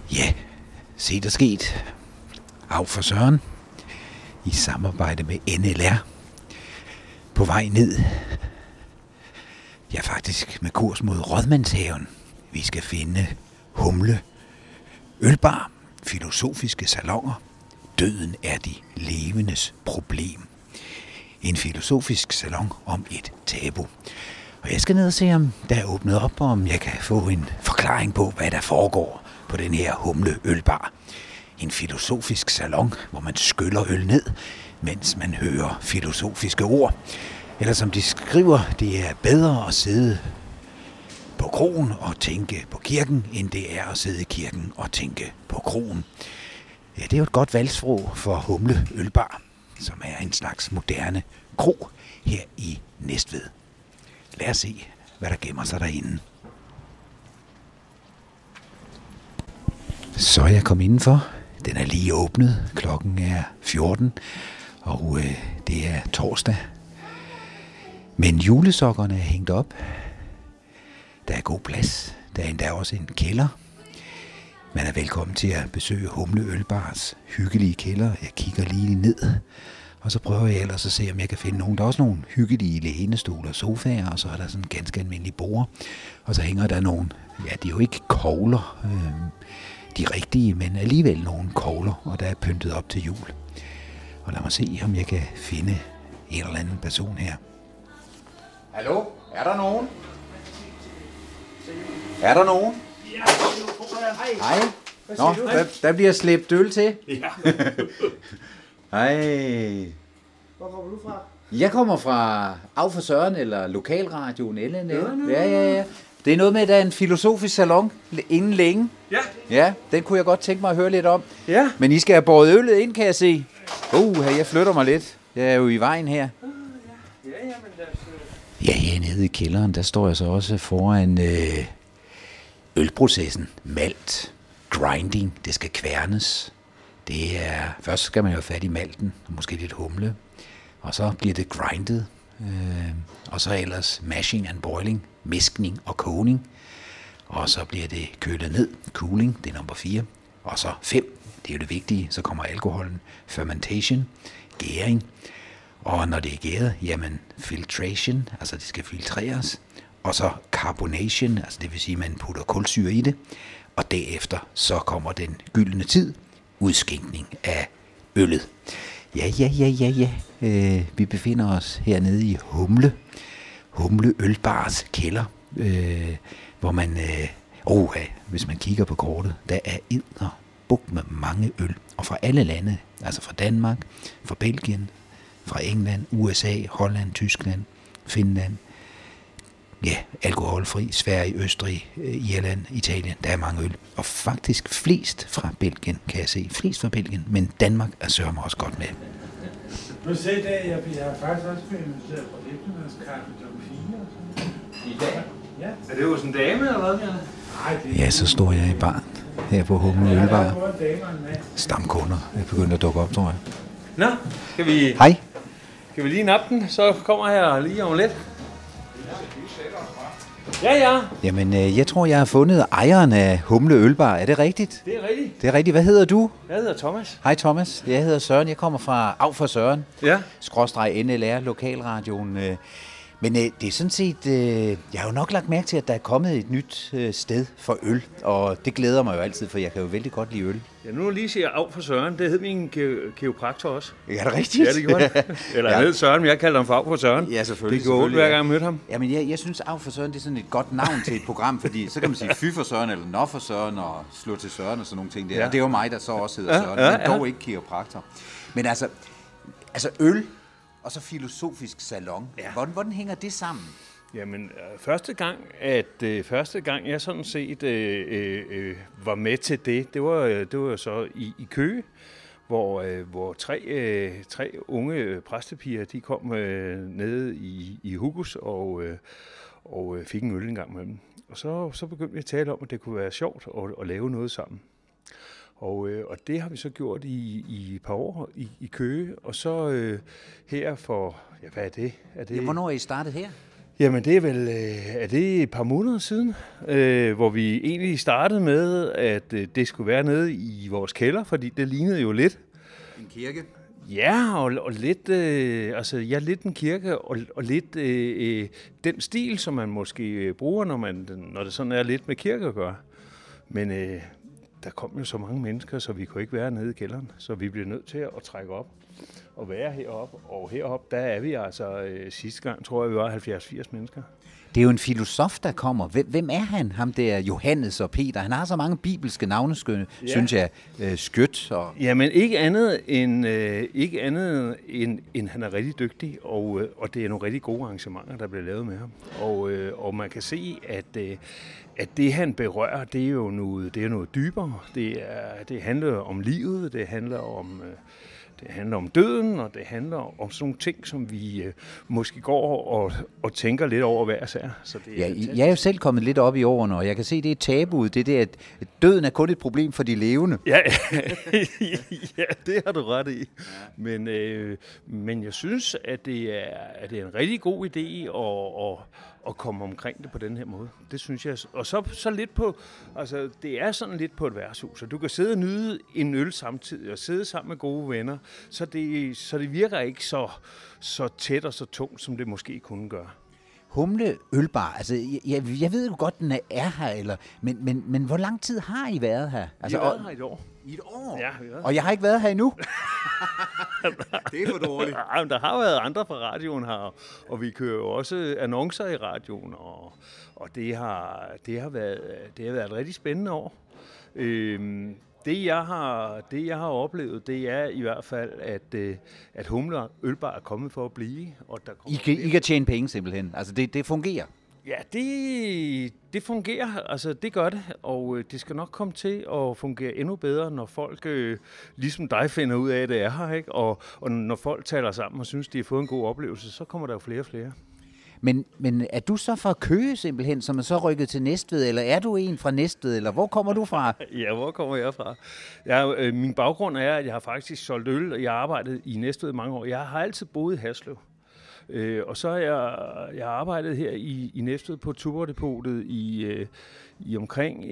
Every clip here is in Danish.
Ja, set og sket. Af for Søren. I samarbejde med NLR. På vej ned. Ja, faktisk med kurs mod Rådmandshaven. Vi skal finde Humle Ølbar, filosofiske salonger. Døden er de levendes problem. En filosofisk salon om et tabu. Og jeg skal ned og se, om der er åbnet op, og om jeg kan få en forklaring på, hvad der foregår på den her Humle Ølbar. En filosofisk salon, hvor man skyller øl ned, mens man hører filosofiske ord. Eller som de skriver, det er bedre at sidde på kroen og tænke på kirken, end det er at sidde i kirken og tænke på kroen. Ja, det er jo et godt valgsprog for Humle Ølbar, som er en slags moderne kro her i Næstved. Lad os se, hvad der gemmer sig derinde. Så er jeg kommet indenfor. Den er lige åbnet. Klokken er 14, og det er torsdag. Men julesokkerne er hængt op. Der er god plads. Der er endda også en kælder. Man er velkommen til at besøge Humle Ølbars hyggelige kælder. Jeg kigger lige ned, og så prøver jeg ellers at se, om jeg kan finde nogen. Der er også nogle hyggelige lænestole og sofaer, og så er der sådan en ganske almindelig bord. Og så hænger der nogle, ja, de er jo ikke kogler, de rigtige, men alligevel nogle kogler, og der er pyntet op til jul. Og lad mig se, om jeg kan finde en eller anden person her. Hallo? Er der nogen? Er der nogen? Ja, hej. Nå, der bliver slæbt øl til. Ja. Hej. Hvor kommer du fra? Jeg kommer fra Af for Søren, eller Lokalradioen LNL. Ja. Det er noget med, at der er en filosofisk salon inden længe. Ja. Ja, den kunne jeg godt tænke mig at høre lidt om. Ja. Men I skal have båret øllet ind, kan jeg se. Jeg flytter mig lidt. Jeg er jo i vejen her. Ja, men lad os... Ja, hernede i kælderen, der står jeg så også foran ølprocessen. Malt, grinding, det skal kværnes. Det er, først skal man jo have fat i malten, og måske lidt humle. Og så bliver det grindet. Og så ellers mashing and boiling, mæskning og kogning. Og så bliver det kølet ned, cooling, det er nummer 4. Og så 5, det er jo det vigtige, så kommer alkoholen, fermentation, gæring. Og når det er gæret, jamen filtration, altså det skal filtreres. Og så carbonation, altså det vil sige, at man putter kulsyre i det. Og derefter så kommer den gyldne tid, udskænkning af øllet. Ja. Vi befinder os hernede i Humle Ølbars kælder, hvor man, hvis man kigger på kortet, der er edderbuk med mange øl, og fra alle lande, altså fra Danmark, fra Belgien, fra England, USA, Holland, Tyskland, Finland, ja, alkoholfri, Sverige, Østrig, Irland, Italien, der er mange øl. Og faktisk flest fra Belgien, kan jeg se. Flest fra Belgien, men Danmark er sørme også godt med. Nu se der, jeg har faktisk også blevet inviteret på eftermiddagskaffe kl. 4. I dag? Ja. Er det hos en dame, eller hvad, Bjarne? Nej, det Ja, så står jeg i baren her på Humle Ølbar. er både en dame og en mand. Stamkunder er begyndt at dukke op, tror jeg. Nå, Hej. skal vi lige nappe den, så kommer jeg lige om lidt. Ja. Jamen, jeg tror, jeg har fundet ejeren af Humle Ølbar. Er det rigtigt? Det er rigtigt. Det er rigtigt. Hvad hedder du? Jeg hedder Thomas. Hej Thomas. Jeg hedder Søren. Jeg kommer fra Af for Søren. Ja. / NLR, Lokalradioen. Men det er sådan set, jeg har jo nok lagt mærke til, at der er kommet et nyt sted for øl, og det glæder mig jo altid, for jeg kan jo vældig godt lide øl. Ja, nu lige siger Av for Søren. Det hed min kiropraktor også. Ja, er det rigtigt? Ja, det gjorde det. Eller han hed Søren, men jeg kalder ham for Av for Søren. Ja, selvfølgelig. Det gjorde ondt, hver gang jeg mødte ham. Jamen, jeg synes, Af for Søren, det er sådan et godt navn til et program, fordi så kan man sige fy for Søren, eller nå for Søren, og slå til Søren og sådan nogle ting der. Ja. Og det er jo mig, der så også hedder Søren, men dog ikke kiropraktor. Men altså øl, og så filosofisk salon. Ja. Hvordan hænger det sammen? Jamen, første gang jeg sådan set var med til det var så i Køge, hvor tre unge præstepiger, de kom nede i Hugus og fik en øl en gang med dem. Og så begyndte vi at tale om, at det kunne være sjovt at lave noget sammen. Og det har vi så gjort i et par år i Køge, og så her for, ja, hvad er det? Ja, hvornår er I startet her? Jamen det er vel er det et par måneder siden, hvor vi egentlig startede med, at det skulle være nede i vores kælder, fordi det lignede jo lidt. En kirke? Ja, og lidt, lidt en kirke, og lidt den stil, som man måske bruger, når det sådan er lidt med kirke at gøre. Men der kom jo så mange mennesker, så vi kunne ikke være nede i kælderen, så vi blev nødt til at trække op og være heroppe. Og heroppe, der er vi altså sidste gang, tror jeg, vi var 70-80 mennesker. Det er jo en filosof, der kommer. Hvem er han? Ham der Johannes og Peter. Han har så mange bibelske navne, synes jeg. Skødt. Og... Jamen ikke andet end han er rigtig dygtig, og det er nogle rigtig gode arrangementer, der bliver lavet med ham. Og man kan se, at det han berører, det er jo noget dybere. Det handler om livet, det handler om døden, og det handler om sådan nogle ting, som vi måske går og tænker lidt over hver især. Så jeg er jo selv kommet lidt op i årene, og jeg kan se, det er tabuet. Det er at døden er kun et problem for de levende. Ja, ja, det har du ret i. Ja. Men jeg synes, at det er en rigtig god idé at komme omkring det på den her måde. Det synes jeg. Og så lidt på, altså det er sådan lidt på et værtshus, så du kan sidde og nyde en øl samtidig og sidde sammen med gode venner, så det virker ikke så tæt og så tungt, som det måske kunne gøre. Humle Ølbar, altså jeg ved jo godt, den er her, men hvor lang tid har I været her? Altså, vi har været her i et år. I et år? Ja, og jeg har ikke været her endnu? Det er for dårligt. Ja, der har været andre fra radioen her, og vi kører jo også annoncer i radioen, og det har været et rigtig spændende år. Det jeg har oplevet, det er i hvert fald, at Humle Ølbar er kommet for at blive. Og der I kan tjene penge simpelthen, altså det fungerer? Ja, det fungerer, altså det gør det, og det skal nok komme til at fungere endnu bedre, når folk ligesom dig finder ud af, at det er her, ikke? Og når folk taler sammen og synes, de har fået en god oplevelse, så kommer der jo flere og flere. Men er du så fra Køge simpelthen, som er så rykket til Næstved, eller er du en fra Næstved, eller hvor kommer du fra? Ja, hvor kommer jeg fra? Min baggrund er, at jeg har faktisk solgt øl, og jeg har arbejdet i Næstved i mange år. Jeg har altid boet i Haslev. Og så har jeg arbejdet her i Næstved på Tuborgdepotet i omkring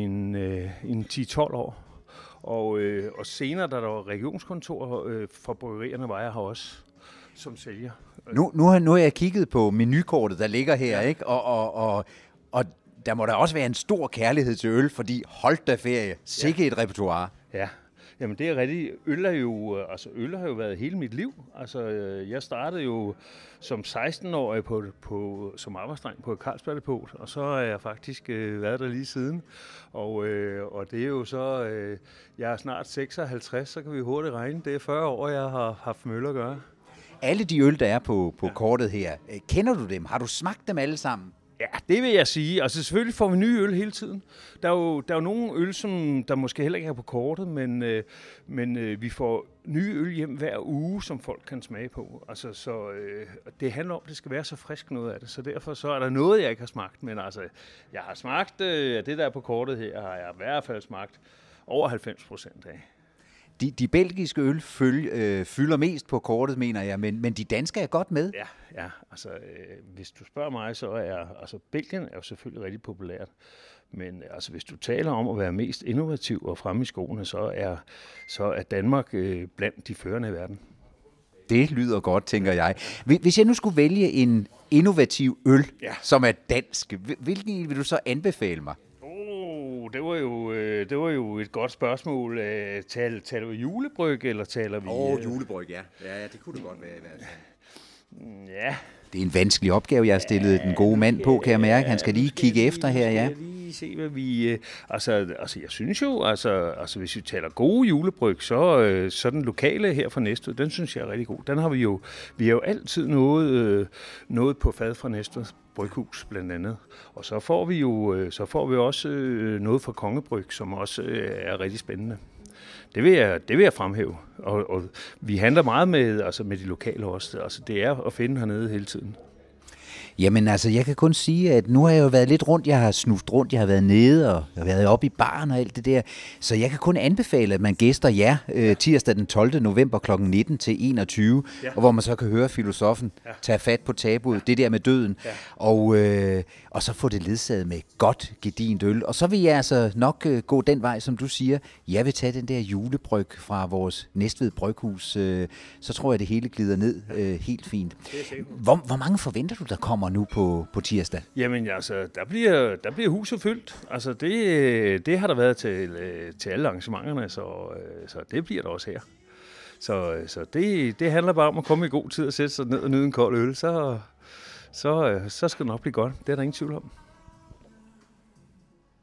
en 10-12 år. Og senere, da der var regionskontor for bryggerierne, var jeg her også som sælger. Nu har jeg kigget på menukortet, der ligger her, ikke? Og der må der også være en stor kærlighed til øl, fordi hold da ferie, sikke et repertoire. Ja. Jamen det er rigtigt. Øl har jo været hele mit liv. Altså jeg startede jo som 16-årig som arbejdsdreng på et Carlsberg-depot, og så har jeg faktisk været der lige siden. Og det er jo så, jeg er snart 56, så kan vi hurtigt regne. Det er 40 år, jeg har haft møller at gøre. Alle de øl, der er på kortet her, kender du dem? Har du smagt dem alle sammen? Ja, det vil jeg sige. Altså selvfølgelig får vi nye øl hele tiden. Der er jo nogle øl, som der måske heller ikke er på kortet, men vi får nye øl hjem hver uge, som folk kan smage på. Altså, så det handler om, at det skal være så frisk noget af det. Så derfor så er der noget, jeg ikke har smagt. Men altså, jeg har smagt det der er på kortet her, har jeg i hvert fald smagt over 90% af. De belgiske øl fylder mest på kortet, mener jeg, men de danske er godt med. Ja, altså hvis du spørger mig, så Belgien er jo selvfølgelig rigtig populært. Men altså, hvis du taler om at være mest innovativ og fremme i skoene, så er Danmark blandt de førende i verden. Det lyder godt, tænker jeg. Hvis jeg nu skulle vælge en innovativ øl, som er dansk, hvilken vil du så anbefale mig? Det var jo et godt spørgsmål. Taler vi julebryg, eller taler vi... Julebryg, ja. Ja, det kunne det godt være i hvert fald. Ja. Det er en vanskelig opgave, jeg har stillet den gode mand på, kan jeg mærke. Han skal lige kigge efter her, ja. Lige se, hvad vi... jeg synes jo, hvis vi taler gode julebryg, så den lokale her fra Næstved, den synes jeg er rigtig god. Den har vi har jo altid noget på fad fra Næstved Bryghus blandt andet. Og så får vi også noget fra Kongebryg, som også er rigtig spændende. Det vil jeg fremhæve. Og vi handler meget med de lokale også. Altså det er at finde hernede hele tiden. Jamen altså, jeg kan kun sige, at nu har jeg jo været lidt rundt, jeg har snuft rundt, jeg har været nede og jeg har været oppe i baren og alt det der. Så jeg kan kun anbefale, at man gæster jer tirsdag den 12. november kl. 19 til 21, og hvor man så kan høre filosofen tage fat på tabuet, det der med døden, og så få det ledsaget med godt gedint øl. Og så vil jeg altså nok gå den vej, som du siger. Jeg vil tage den der julebryg fra vores Næstved Bryghus, så tror jeg, det hele glider ned helt fint. Hvor mange forventer du, der kommer nu på tirsdag? Jamen altså, der bliver huset fyldt. Altså det har der været til alle arrangementerne, så det bliver der også her. Så det handler bare om at komme i god tid og sætte sig ned og nyde en kold øl, så skal det nok blive godt. Det er der ingen tvivl om.